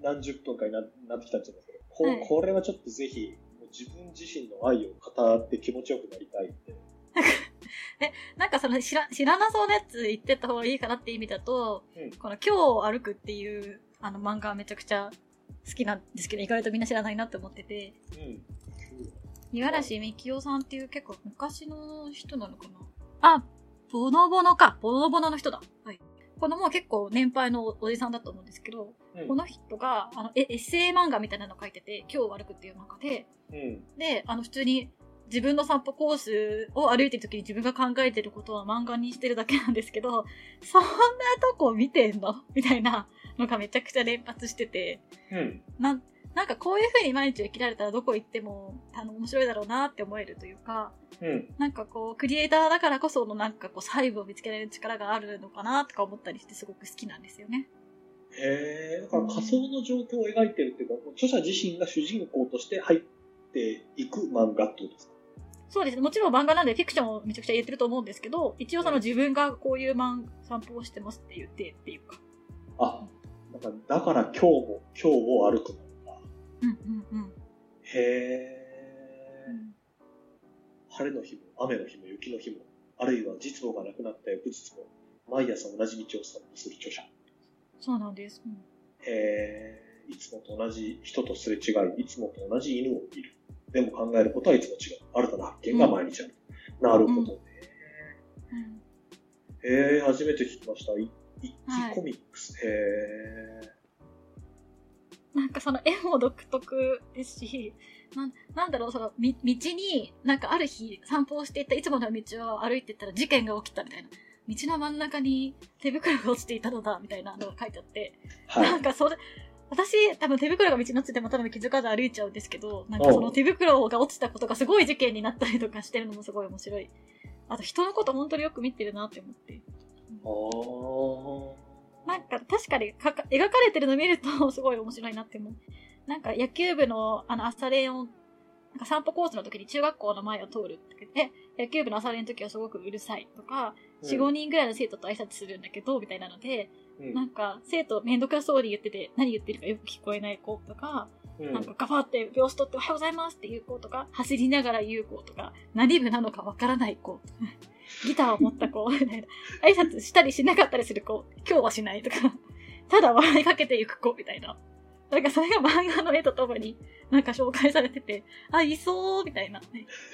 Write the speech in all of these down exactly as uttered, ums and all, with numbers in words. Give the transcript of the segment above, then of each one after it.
何十分かに な, なってきたんじゃないですけど、こ, はい、 これはちょっとぜひもう自分自身の愛を語って気持ちよくなりたいってえ、なんかその知ら、知らなそうなやつ言ってた方がいいかなって意味だと、うん、この今日歩くっていうあの漫画はめちゃくちゃ好きなんですけど、意外とみんな知らないなって思ってて、うん、五十嵐美樹夫さんっていう結構昔の人なのかなあ、ボノボノか。ボノボノの人だ。はい。このもう結構年配のおじさんだと思うんですけど、うん、この人があのエッセイ漫画みたいなのを書いてて、今日歩くっていう漫画で、うん、で、あの普通に自分の散歩コースを歩いてる時に自分が考えてることは漫画にしてるだけなんですけど、そんなとこ見てんのみたいなのがめちゃくちゃ連発してて、うん、な, なんかこういう風に毎日生きられたらどこ行ってもあの面白いだろうなって思えるというか、うん、なんかこうクリエイターだからこそのなんかこう細部を見つけられる力があるのかなとか思ったりしてすごく好きなんですよね。 へー、だから仮想の状況を描いてるっていうか、うん、著者自身が主人公として入っていく漫画ってことですか？ そうですね。もちろん漫画なんでフィクションをめちゃくちゃ言ってると思うんですけど、一応その自分がこういう漫散歩をしてますって言ってっていうか。 あ、だから、だから今日も、今日も歩くのか。 うんうんうん。 へー、うん。晴れの日も、雨の日も、雪の日も、あるいは実母が亡くなった翌日も、毎朝同じ道を散歩する著者。 そうなんです。うん、 へー、いつもと同じ人とすれ違い、いつもと同じ犬を見る。でも考えることはいつも違う。新たな発見が毎日ある。うん、なるほどね。うんうん、へー、初めて聞きました。一気コミックス。はい、へー。なんかその絵も独特ですし、な, なんだろう、その道に、なんかある日散歩をしていったいつもの道を歩いていったら事件が起きたみたいな。道の真ん中に手袋が落ちていたのだみたいなのが書いてあって、はい、なんかそれ、私、多分手袋が道に落ちても多分気づかず歩いちゃうんですけど、なんかその手袋が落ちたことがすごい事件になったりとかしてるのもすごい面白い。あと人のこと本当によく見てるなって思って。 あなんか確かにかか描かれてるの見るとすごい面白いなって思う。なんか野球部のあの朝練を、なんか散歩コースの時に中学校の前を通るって言って、野球部の朝練の時はすごくうるさいとか、よん、ごにんぐらいの生徒と挨拶するんだけど、みたいなので、うん、なんか生徒めんどくさそうに言ってて何言ってるかよく聞こえない子とか、うん、なんかガファって拍子取っておはようございますって言う子とか、走りながら言う子とか、何部なのかわからない子ギターを持った子みたいな、挨拶したりしなかったりする子、今日はしないとか、ただ笑いかけていく子みたいな。なんかそれが漫画の絵とともになんか紹介されてて、あ、いそうみたいな。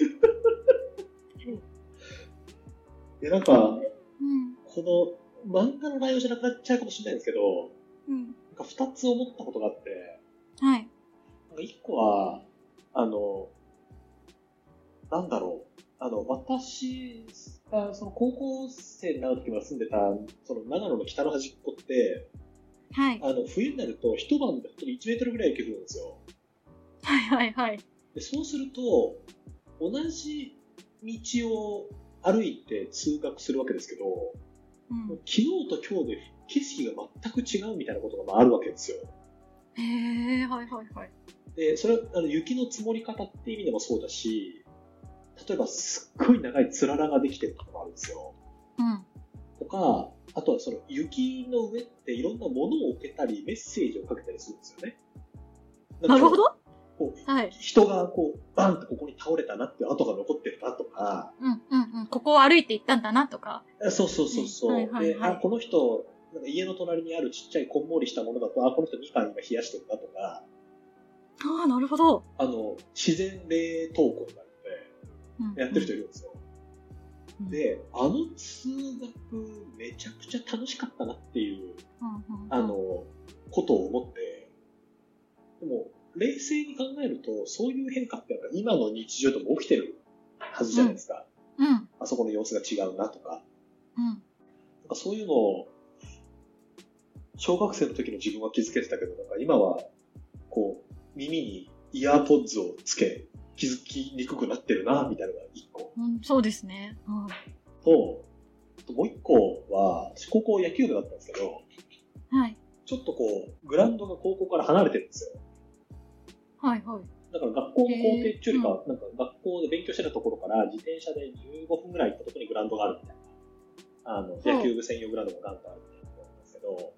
で、なんか、うん、この漫画の内容じゃなくなっちゃうかもしれないんですけど、うん、なんか二つ思ったことがあって、 はい。 なんか一個は、あの、なんだろう、あの、私がその高校生になる時まで住んでた、その長野の北の端っこって、 はい。 あの、冬になると一晩で本当にいちメートルぐらい雪降るんですよ。 はいはいはい。 で、そうすると、同じ道を歩いて通学するわけですけど、うん、昨日と今日で景色が全く違うみたいなことがあるわけですよ。 へー、はいはいはい。 で、それはあの雪の積もり方っていう意味でもそうだし、例えばすっごい長いつららができてるところがあるんですよ。 うん。 とか、あとはその雪の上っていろんなものを置けたりメッセージをかけたりするんですよね。 なるほど。 こう、はい、人がこうバンとここに倒れたなっていう跡が残ってるなとか、 うんうんうん、ここを歩いて行ったんだなとか。 そうそうそうそう。はいはいはい、で、あ、この人なんか家の隣にあるちっちゃいこんもりしたものだと、あ、この人みかん今冷やしてるなとか。 ああ、なるほど。 あの自然冷凍庫になるので、うん、やってる人いるんですよ。うん、で、あの通学めちゃくちゃ楽しかったなっていう、うんうんうん、あのことを思って、でも冷静に考えるとそういう変化ってやっぱ今の日常でも起きてるはずじゃないですか。 うんうん、 あそこの様子が違うなとか、 うん、 なんかそういうのを小学生の時の自分は気づけてたけど、なんか今はこう耳にイヤーポッズをつけ気づきにくくなってるなみたいなのが一個、 うん、そうですね、うん、 と, ともう一個は私高校野球部だったんですけど、 はい、 ちょっとこうグラウンドが高校から離れてるんですよ。 はいはい。 だから学校の校庭っていうよりかは、なんか学校で勉強してたところから自転車でじゅうごふんぐらい行ったところにグラウンドがあるみたいな、あの野球部専用グラウンドがガンとあるみたいなところなんですけど、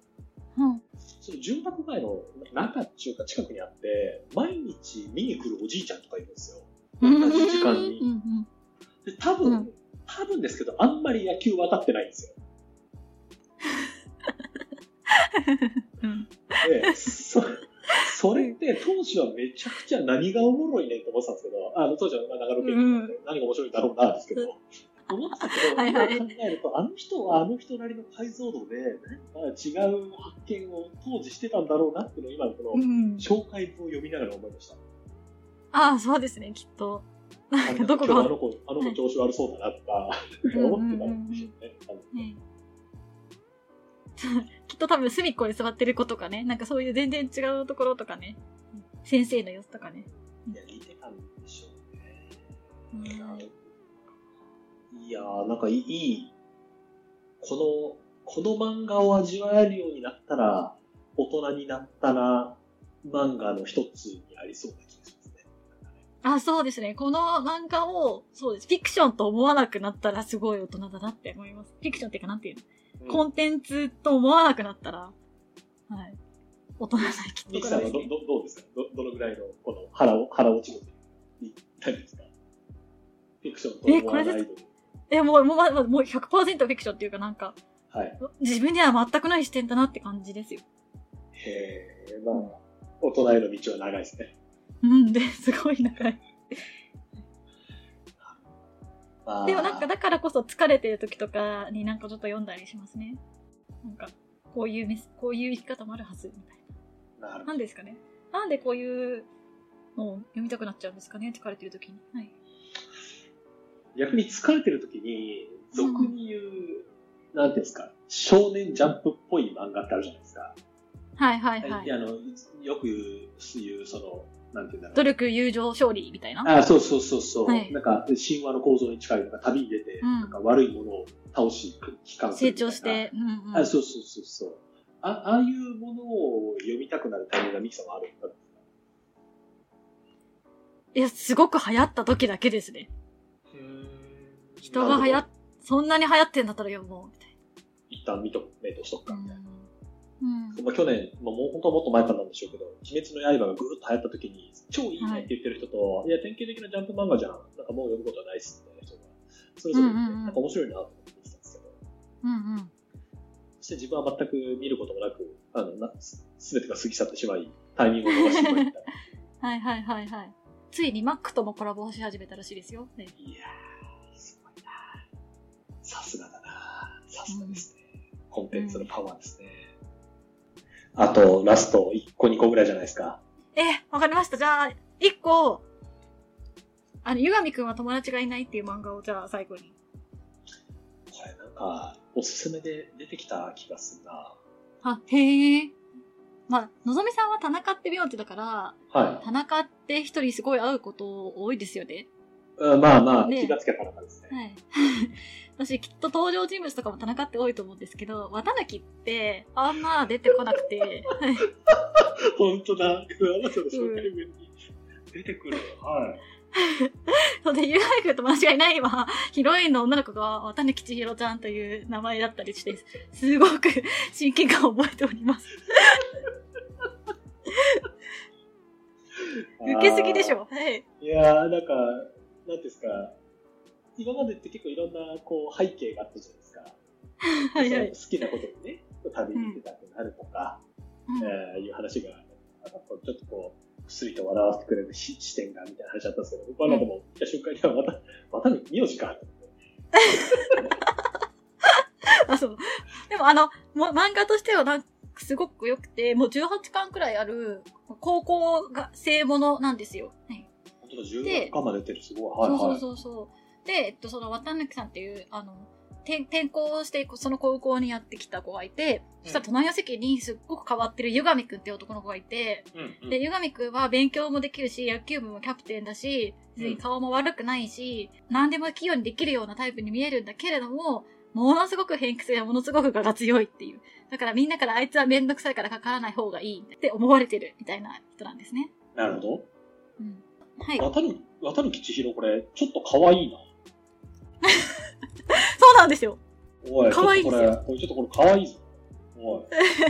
うん、 その住宅街の中っていうか近くにあって、毎日見に来るおじいちゃんとかいるんですよ。同じ時間に。で多分、うん、多分ですけど、あんまり野球渡ってないんですよ。うん、で、そ、それって当時はめちゃくちゃ何がおもろいねんと思ってたんですけど、あの当時は長野県で何が面白いんだろうなですけど、思ってたけど、はいはい、今考えると、あの人はあの人なりの解像度で、何か違う発見を当時してたんだろうなっていうのを今のこの紹介文を読みながら思いました。うん、 ああ、そうですね、きっと。どこがあの子、あの子調子悪そうだなとか、思ってたんでしょうね。 きっと多分隅っこに座ってる子とかね、なんかそういう全然違うところとかね、先生の様子とかね。 いや、似てたんでしょうね。うん、いやー、なんかいい、この、この漫画を味わえるようになったら、大人になったな、漫画の一つにありそうな気がしますね。 あ、そうですね。この漫画を、そうです。フィクションと思わなくなったらすごい大人だなって思います。フィクションっていうかなんていうの、うん、コンテンツと思わなくなったら、はい。大人だきっと。 ミキさんはど、ど、どうですか？ど、どのぐらいの、この腹を、腹落ち度に何ですか？フィクションと思わない度。え、これですえ、もう、もう、もう ひゃくパーセント フィクションっていうかなんか、はい。自分には全くない視点だなって感じですよ。 へえ、まあ、大人への道は長いですね。 うんで、すごい長い。でもなんかだからこそ疲れてる時とかになんかちょっと読んだりしますね。なんか、こういうメス、こういう生き方もあるはず、みたいな。なるほど。なんですかね。なんでこういうのを読みたくなっちゃうんですかね、疲れてる時に。はい。 逆に疲れてる時に、俗に言う、うん、なんていうんですか、少年ジャンプっぽい漫画ってあるじゃないですか。 はいはいはい。 あの、よく言う、その、なんていうんだろう。 努力、友情、勝利みたいな。 あ、そうそうそうそう、はい。なんか、神話の構造に近いとか、旅に出て、うん、なんか悪いものを倒し、帰還するみたいな。成長して。うんうん、あ、そうそうそうそう。あ、ああいうものを読みたくなるタイミングがミキさんはあるんだ。 いや、すごく流行った時だけですね。人が流行っ、そんなに流行ってんだったら読もう、みたいな。 一旦見と、目としとくか、みたいな。うん、まあ去年、まあ、もう本当はもっと前からなんでしょうけど、鬼滅の刃がぐーっと流行った時に、超いいねって言ってる人と、はい、いや、典型的なジャンプ漫画じゃん。なんかもう読むことはないっすみたいな人が、それぞれ、ね、うんうんうん、なんか面白いなと思って見てたんですけど。うんうん。そして自分は全く見ることもなく、あの、な、すべてが過ぎ去ってしまい、タイミングを逃してしまいみたいな。 はいはいはいはい。ついにマックともコラボし始めたらしいですよ。ね、 いやー、すごいな。さすがだな。さすがですね、うん。コンテンツのパワーですね。うん、あと、ラストいっこにこぐらいじゃないですか。 え、わかりました。じゃあ、いっこ、あの、ゆがみくんは友達がいないっていう漫画を、じゃあ、最後に。 これなんか、おすすめで出てきた気がするな。 あ、へえ。まあ、のぞみさんは田中って名字だから、はい。田中って一人すごい会うこと多いですよね。 うん、まあまあ、気がつけた田中ですね。はい。 私、きっと登場人物とかも田中って多いと思うんですけど、綿貫ってあんま出てこなくて。 ほんとだ。あなたの紹介文に出てくる。はい。 そうで、ゆうがみくんと友達がいない今、ヒロインの女の子が綿貫千尋ちゃんという名前だったりして、すごく親近感を覚えております。受けすぎでしょ。はい。 いやー、なんか、なんですか、今までって結構いろんなこう背景があったじゃないですか。はいはい。好きなことにね、旅に出たくなるとか、うん、えー、いう話が、ちょっとこう、薬と笑わせてくれる視点がみたいな話だったんですけど、僕はなんかもう、見た瞬間にはまた、また名字か。 あ、そう。でもあの、漫画としてはなんかすごく良くて、もうじゅうはちかんくらいある、高校が生ものなんですよ。はい。 本当だ、じゅうはちかんまで出てる、すごい。はいはい。 そうそうそう。で、えっと、その、綿貫さんっていう、あの、転, 転校して、その高校にやってきた子がいて、うん、そしたら隣の席にすっごく変わってるゆがみくんって男の子がいて、うんうん、で、ゆがみくんは勉強もできるし、野球部もキャプテンだし、顔も悪くないし、うん、何でも器用にできるようなタイプに見えるんだけれども、ものすごく偏屈でものすごく我が強いっていう。だからみんなからあいつはめんどくさいからかからない方がいいって思われてるみたいな人なんですね。 なるほど。 うん。はい。 綿貫千尋これ、ちょっと可愛いな。 そうなんですよ。 おい、かわいいですよ。これ、これちょっとこれかわいいぞ。おい。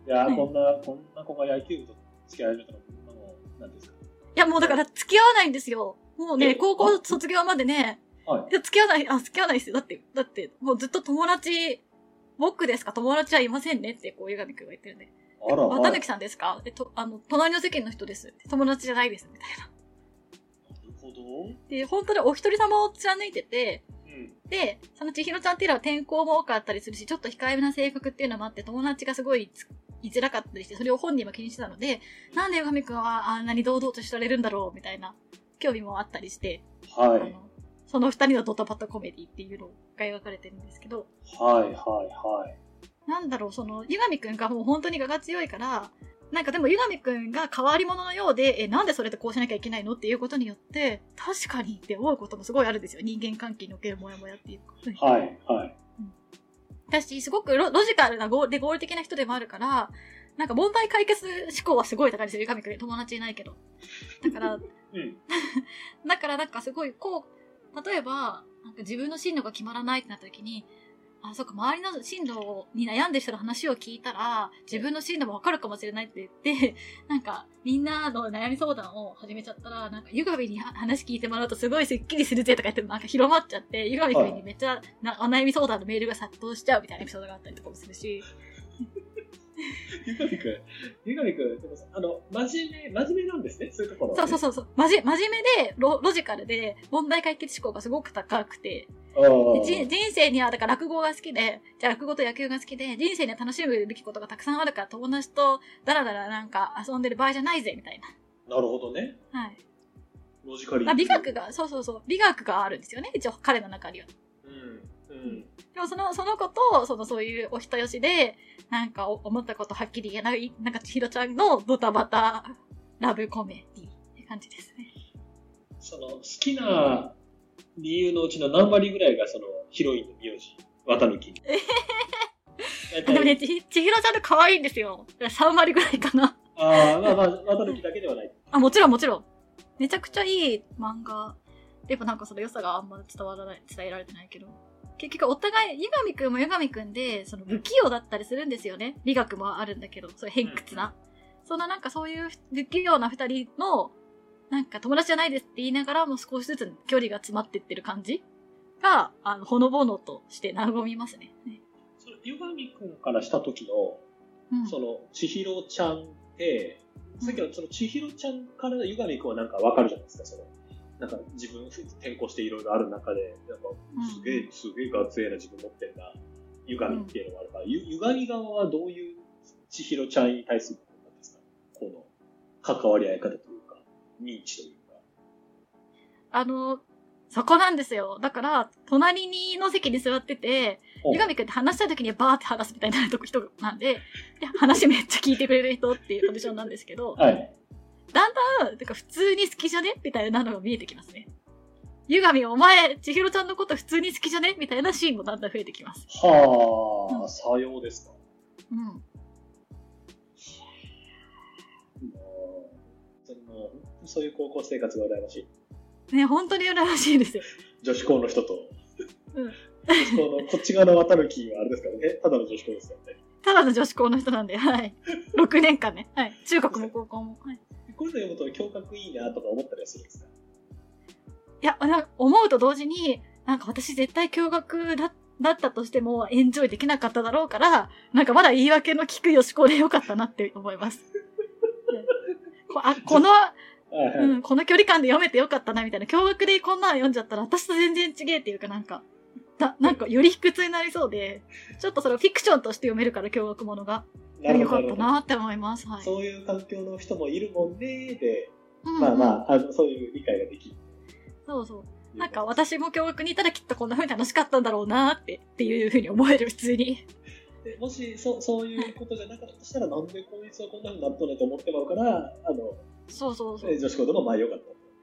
いやー、はい、こんな、こんな子が野球部と付き合い始めたら、もう、なんですか。 いや、もうだから付き合わないんですよ。もうね、高校卒業までね、はい、いや、付き合わない、あ、付き合わないですよ。だって、だって、もうずっと友達、僕ですか友達はいませんねって、こう、ゆがみくんが言ってるんで。あら、綿貫さんですかで、と、あの、隣の席の人です。友達じゃないです、みたいな。なるほど。 で、本当にお一人様を貫いてて、うん、で、その千尋ちゃんっていうのは転校も多かったりするし、ちょっと控えめな性格っていうのもあって、友達がすごい居づらかったりして、それを本人も気にしてたので、なんでゆがみくんはあんなに堂々と知られるんだろう、みたいな興味もあったりして、はい。あのその二人のドタバタコメディっていうのが描かれてるんですけど。 はいはいはい。 なんだろう、その、ゆがみくんがもう本当に我が強いから、なんかでもゆがみくんが変わり者のようで、え、なんでそれでこうしなきゃいけないのっていうことによって、確かにって思うこともすごいあるんですよ。人間関係におけるモヤモヤっていうことに。 はいはい。うん、 私、すごく ロ, ロジカルなで合理的な人でもあるから、なんか問題解決思考はすごい高いですよ。ゆがみくん友達いないけど。だから、うん、だからなんかすごいこう、例えば、なんか自分の進路が決まらないってなった時に、あ、そっか、周りの進路に悩んでる人の話を聞いたら、自分の進路もわかるかもしれないって言って、なんか、みんなの悩み相談を始めちゃったら、なんか、ゆがみに話聞いてもらうとすごいスッキリするぜとか言って、なんか広まっちゃって、ゆがみくんにめっちゃなお悩み相談のメールが殺到しちゃうみたいなエピソードがあったりとかもするし、 ゆがみくん、ゆがみくん、でもあの、真面目、真面目なんですね、そういうところ、ね。 そうそうそう。まじ、真面目でロ、ロジカルで、問題解決思考がすごく高くて、で人生には、だから落語が好きで、じゃあ落語と野球が好きで、人生には楽しむべきことがたくさんあるから、友達とダラダラなんか遊んでる場合じゃないぜ、みたいな。 なるほどね。 はい。 ロジカリー。美学が、そうそうそう、美学があるんですよね、一応彼の中には。 うん。うん。 でもその、その子と、そのそういうお人よしで、なんか思ったことはっきり言えない、なんか千尋ちゃんのドタバタラブコメディって感じですね。 その、好きな理由のうちの何割ぐらいがそのヒロインの名字、綿貫。 でもね、千尋ちゃんって可愛いんですよ。さん割ぐらいかな。 ああ、まあまあ、綿貫だけではない。 あ、もちろんもちろん。めちゃくちゃいい漫画。やっぱなんかその良さがあんま伝わらない、伝えられてないけど。結局お互い、ゆがみくんもゆがみくんで、その不器用だったりするんですよね。美学もあるんだけど、そういう偏屈な。うん、そんななんかそういう不器用な二人の、なんか友達じゃないですって言いながらも少しずつ距離が詰まっていってる感じが、あの、ほのぼのとして和みますね。 それ、ゆがみくんからした時の、うん、その、千尋ちゃんって、さっきのその千尋ちゃんからのゆがみくんはなんかわかるじゃないですか、その。なんか自分転校していろいろある中で、なんかすげえ、うん、すげえガツエな自分持ってるな、ゆがみっていうのがあるから、うん、ゆ, ゆがみ側はどういう千尋ちゃんに対することなんですか？この関わり合い方というか、認知というか。 あの、そこなんですよ。だから、隣にの席に座ってて、ゆがみくんって話したい時にバーって話すみたいな人なんで、で話めっちゃ聞いてくれる人っていうポジションなんですけど、はい。だんだん、てか普通に好きじゃねみたいなのが見えてきますね。ゆがみお前、千尋ちゃんのこと普通に好きじゃねみたいなシーンもだんだん増えてきます。 はあ、うん、さようですか。 うん。 もう、そういう高校生活が羨ましい。ね、本当に羨ましいですよ。 女子校の人と。 うん。 女子校の、こっち側の綿貫はあれですからね。ただの女子校ですからね。 ただの女子校の人なんで、はい。ろくねんかんね。はい。中学も高校も。はい。 こういうの読むと共感いいなとか思ったりはするんですか？ いや、思うと同時に、なんか私絶対共学だ、だったとしてもエンジョイできなかっただろうから、なんかまだ言い訳の聞くよしこでよかったなって思います。こあこの、うん、この距離感で読めてよかったなみたいな。共学でこんなの読んじゃったら私と全然違えっていうかなんか、だなんかより卑屈になりそうで、ちょっとそれをフィクションとして読めるから共学ものが。よかったなって思います、はい。 そういう環境の人もいるもんねで、うんうん、まあまあ、あのそういう理解ができる。 そうそう。なんか私も教育にいたらきっとこんな風に楽しかったんだろうなってっていう風に思える、普通に。 でもしそそういうことじゃなかったとしたら、なんでこいつはこんな風になったのと思ってまうから、あの、 そうそうそう。 女子校でもまあ良かった。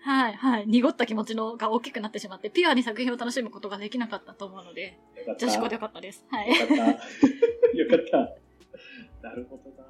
はいはい。濁った気持ちのが大きくなってしまって、ピュアに作品を楽しむことができなかったと思うので、女子校でよかったです。はい。 よかった。よかった。なるほどな。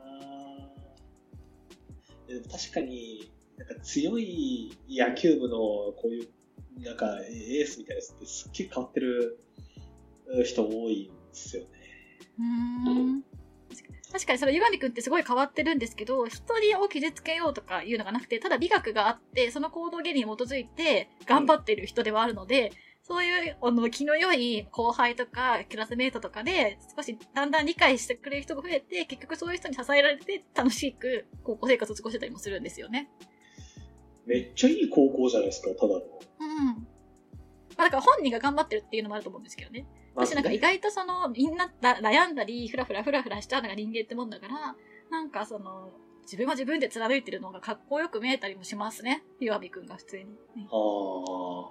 でも確かに、なんか強い野球部のこういうなんかエースみたいなやつってすっげえ変わってる人多いんですよね。 うーん。 確かにそのゆがみくんってすごい変わってるんですけど、一人を傷つけようとかいうのがなくて、ただ美学があって、その行動原理に基づいて頑張ってる人ではあるので、うん、そういう、あの、気の良い後輩とか、クラスメイトとかで、少しだんだん理解してくれる人が増えて、結局そういう人に支えられて楽しく高校生活を過ごしてたりもするんですよね。 めっちゃいい高校じゃないですか、ただの。 うん。まあだから本人が頑張ってるっていうのもあると思うんですけどね。私なんか意外とその、みんな悩んだり、ふらふらふらふらしちゃうのが人間ってもんだから、なんかその、自分は自分で貫いてるのがかっこよく見えたりもしますね。ゆわびくんが普通に、ね。 ああ。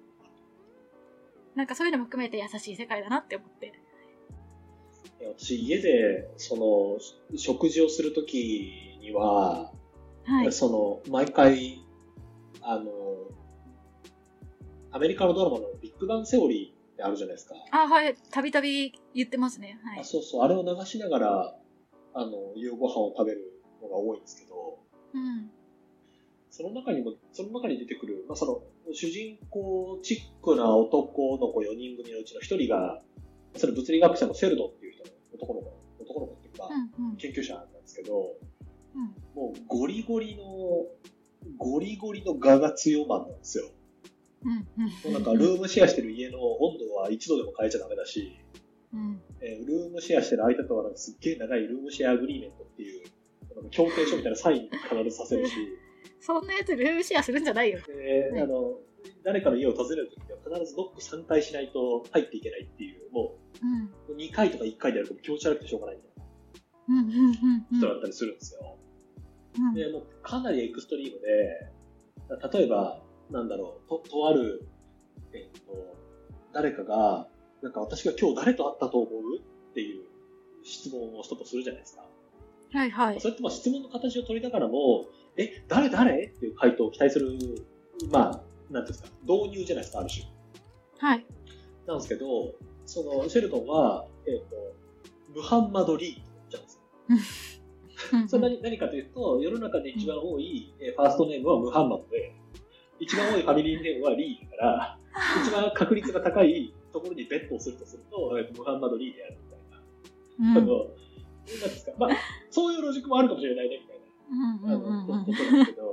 なんかそういうのも含めて優しい世界だなって思って。 私家で、その、食事をするときには、はい、その、毎回、あの、アメリカのドラマのビッグバンセオリー、あるじゃないですか。 あ、はい。たびたび言ってますね。はい。 あ、そうそう。あれを流しながら、あの、夕ご飯を食べるのが多いんですけど、うん。その中にも、その中に出てくる、まあ、その、主人公チックな男の子よにん組のうちのひとりが、それ物理学者のセルドっていう人の男の子、男の子っていうか、うんうん、研究者なんですけど、うん、もうゴリゴリの、ゴリゴリの我が強マンなんですよ。うんうん、なんかルームシェアしてる家の温度はいちどでも変えちゃダメだし、うんえー、ルームシェアしてる相手とはなんかすっげえ長いルームシェアアグリーメントっていう協定書みたいなサイン必ずさせるしそんなやつルームシェアするんじゃないよ、 えーね、あの誰かの家を訪ねるときは必ずノックさんかいしないと入っていけないっていうもう、うん、にかいとかいっかいでやると気持ち悪くてしょうがないみたいな、うんうんうんうん、人だったりするんですよ、うん、でもうかなりエクストリームで例えばなんだろう、と、とある、えっと、誰かが、なんか私が今日誰と会ったと思うっていう質問をしたとするじゃないですか。 はいはい。 それってまあ質問の形を取りながらも、え、誰誰っていう回答を期待する、まあ、なんていうんですか、導入じゃないですか、ある種。 はい。 なんですけど、その、シェルトンは、えっと、ムハンマド・リーって言っちゃうんですよ。それ何、何かというと、世の中で一番多い、えファーストネームはムハンマドで、一番多いファミリーネームはリーだから、一番確率が高いところにベットをするとすると、ムハンマド・リーであるみたいな。うん、あの、なんですか、まあ、そういうロジックもあるかもしれないね、みたいな、うんうんうんうん、あの、ことなんですけど、うん、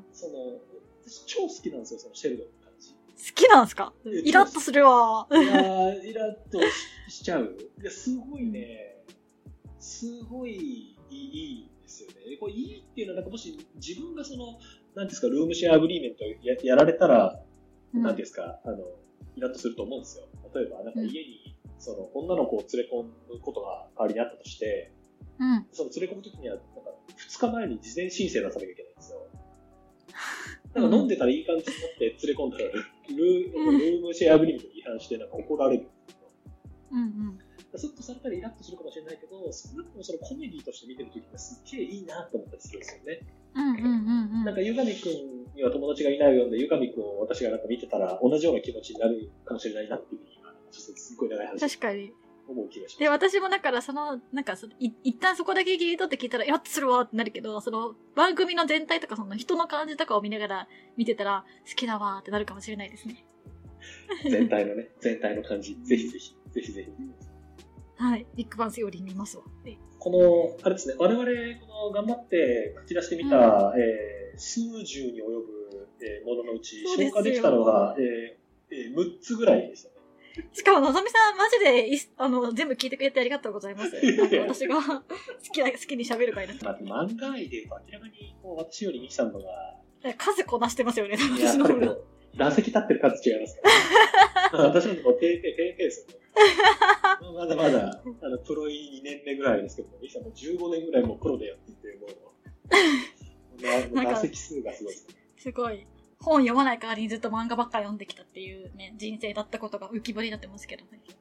その、私超好きなんですよ、そのシェルドンの感じ。 好きなんですか？イラッとするわ。 いやイラッと し, しちゃう。いや、すごいね、すごいいいんですよね。これいいっていうのは、なんかもし自分がその、なんですか、ルームシェアアグリーメント や, やられたら、うん、なんですか、あの、イラッとすると思うんですよ。例えば、なんか家に、うん、その、女の子を連れ込むことが代わりにあったとして、うん、その連れ込むときには、なんか、ふつかまえに事前申請出さなきゃいけないんですよ。なんか飲んでたらいい感じになって連れ込んだら、ルー、ルームシェアアグリーメントに違反して、なんか怒られるんですけど。うんうんスッとされたらイラッとするかもしれないけど、少なくともそのコメディとして見てるときがすっげえいいなと思ったりするんですよね。うんうんうんうん。なんかゆがみくんには友達がいないようで、ゆがみくんを私がなんか見てたら同じような気持ちになるかもしれないなっていうふうに今、ちょっとすっごい長い話。 確かに。 思う気がします。 で、私もだからその、なんかその、い一旦そこだけ切り取って聞いたら、イラッとするわってなるけど、その番組の全体とかその人の感じとかを見ながら見てたら、好きだわーってなるかもしれないですね。 全体のね、全体の感じ、ぜひぜひ、ぜひぜひ。 はい。ビッグバンセオリー見ますわ。 この、あれですね、我々、この頑張って書き出してみた、うんえー、数十に及ぶ、えー、もののうち、消化できたのが、えーえー、むっつぐらいでしたね。 しかも、のぞみさん、マジでい、あの、全部聞いてくれてありがとうございます。私が好きな、好きに喋る回だった。 漫画愛で言うと、明らかに、こう、私よりミキさんのが、 数こなしてますよね、 いや、やっぱりこう、打席立ってる数違いますから。私のところ、ペーペー、ペーペーですよね。まだまだ、あの、プロににねんめぐらいですけども、ミキさんもじゅうごねんぐらいもうプロでやっていて、もう、打席数がすごいですね。 すごい。本読まない代わりにずっと漫画ばっか読んできたっていうね、人生だったことが浮き彫りになってますけどね。 い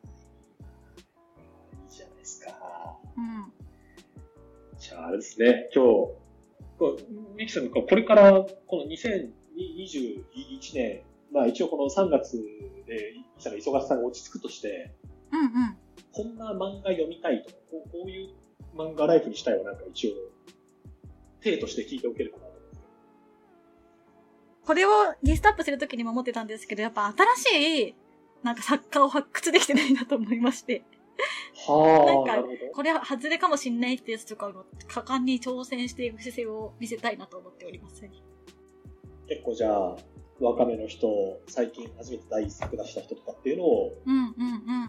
いじゃないですか。うん。じゃあ、あれですね、今日、こうミキさん、これから、このにせんにじゅういちねん、まあ一応このさんがつで、ミキさんが忙しさが落ち着くとして、うんうん。こんな漫画読みたいとか、こう、こういう漫画ライフにしたいはなんか一応、体として聞いておけるかなと思うんですけど。 これをリストアップするときにも思ってたんですけど、やっぱ新しい、なんか作家を発掘できてないなと思いまして。 はあ。なんか、これは外れかもしんないってやつとかを果敢に挑戦していく姿勢を見せたいなと思っております。 結構じゃあ、若めの人、最近初めて第一作出した人とかっていうのを、 うんうんうん。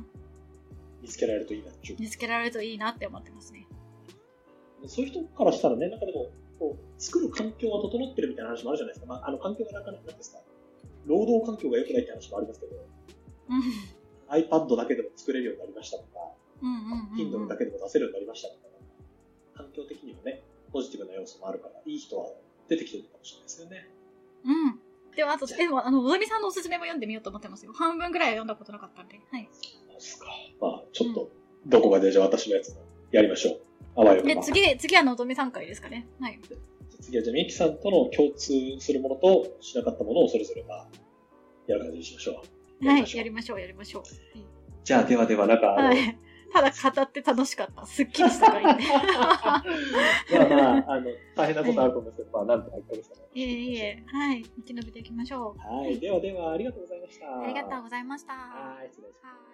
見つけられるといいなって。 見つけられるといいなって思ってますね。 そういう人からしたらね、なんかでも、こう作る環境が整ってるみたいな話もあるじゃないですか。まあ、あの環境がなかなかなんですか、労働環境が良くないって話もありますけど、 うん、 iPad だけでも作れるようになりましたとか、 うんうんうんうん、 Kindle だけでも出せるようになりましたとか、環境的にもね、ポジティブな要素もあるから、いい人は出てきてるかもしれないですよね。 うん。では、あと、でも、あの、のぞみさんのおすすめも読んでみようと思ってますよ。半分ぐらいは読んだことなかったんで。はい。 そうですか。まあ、ちょっと、どこかでじゃあ私のやつもやりましょう。あわよくば。 で、次、次はのぞみさん回ですかね。はい。 次はじゃあ、みゆきさんとの共通するものとしなかったものをそれぞれ、まあ、やる感じにしましょう。はい、やりましょう、やりましょう。 じゃあ、ではでは、なんか、 はい。ただ語って楽しかった。すっきりした回で。 まあまあ、あの、大変なことあると思うんですけど、はい、まあ、なんとかいっかげつかな。 いえいえ、はい。生き延びていきましょう。 はい。ではでは、ありがとうございました。 ありがとうございました。 はい、失礼します。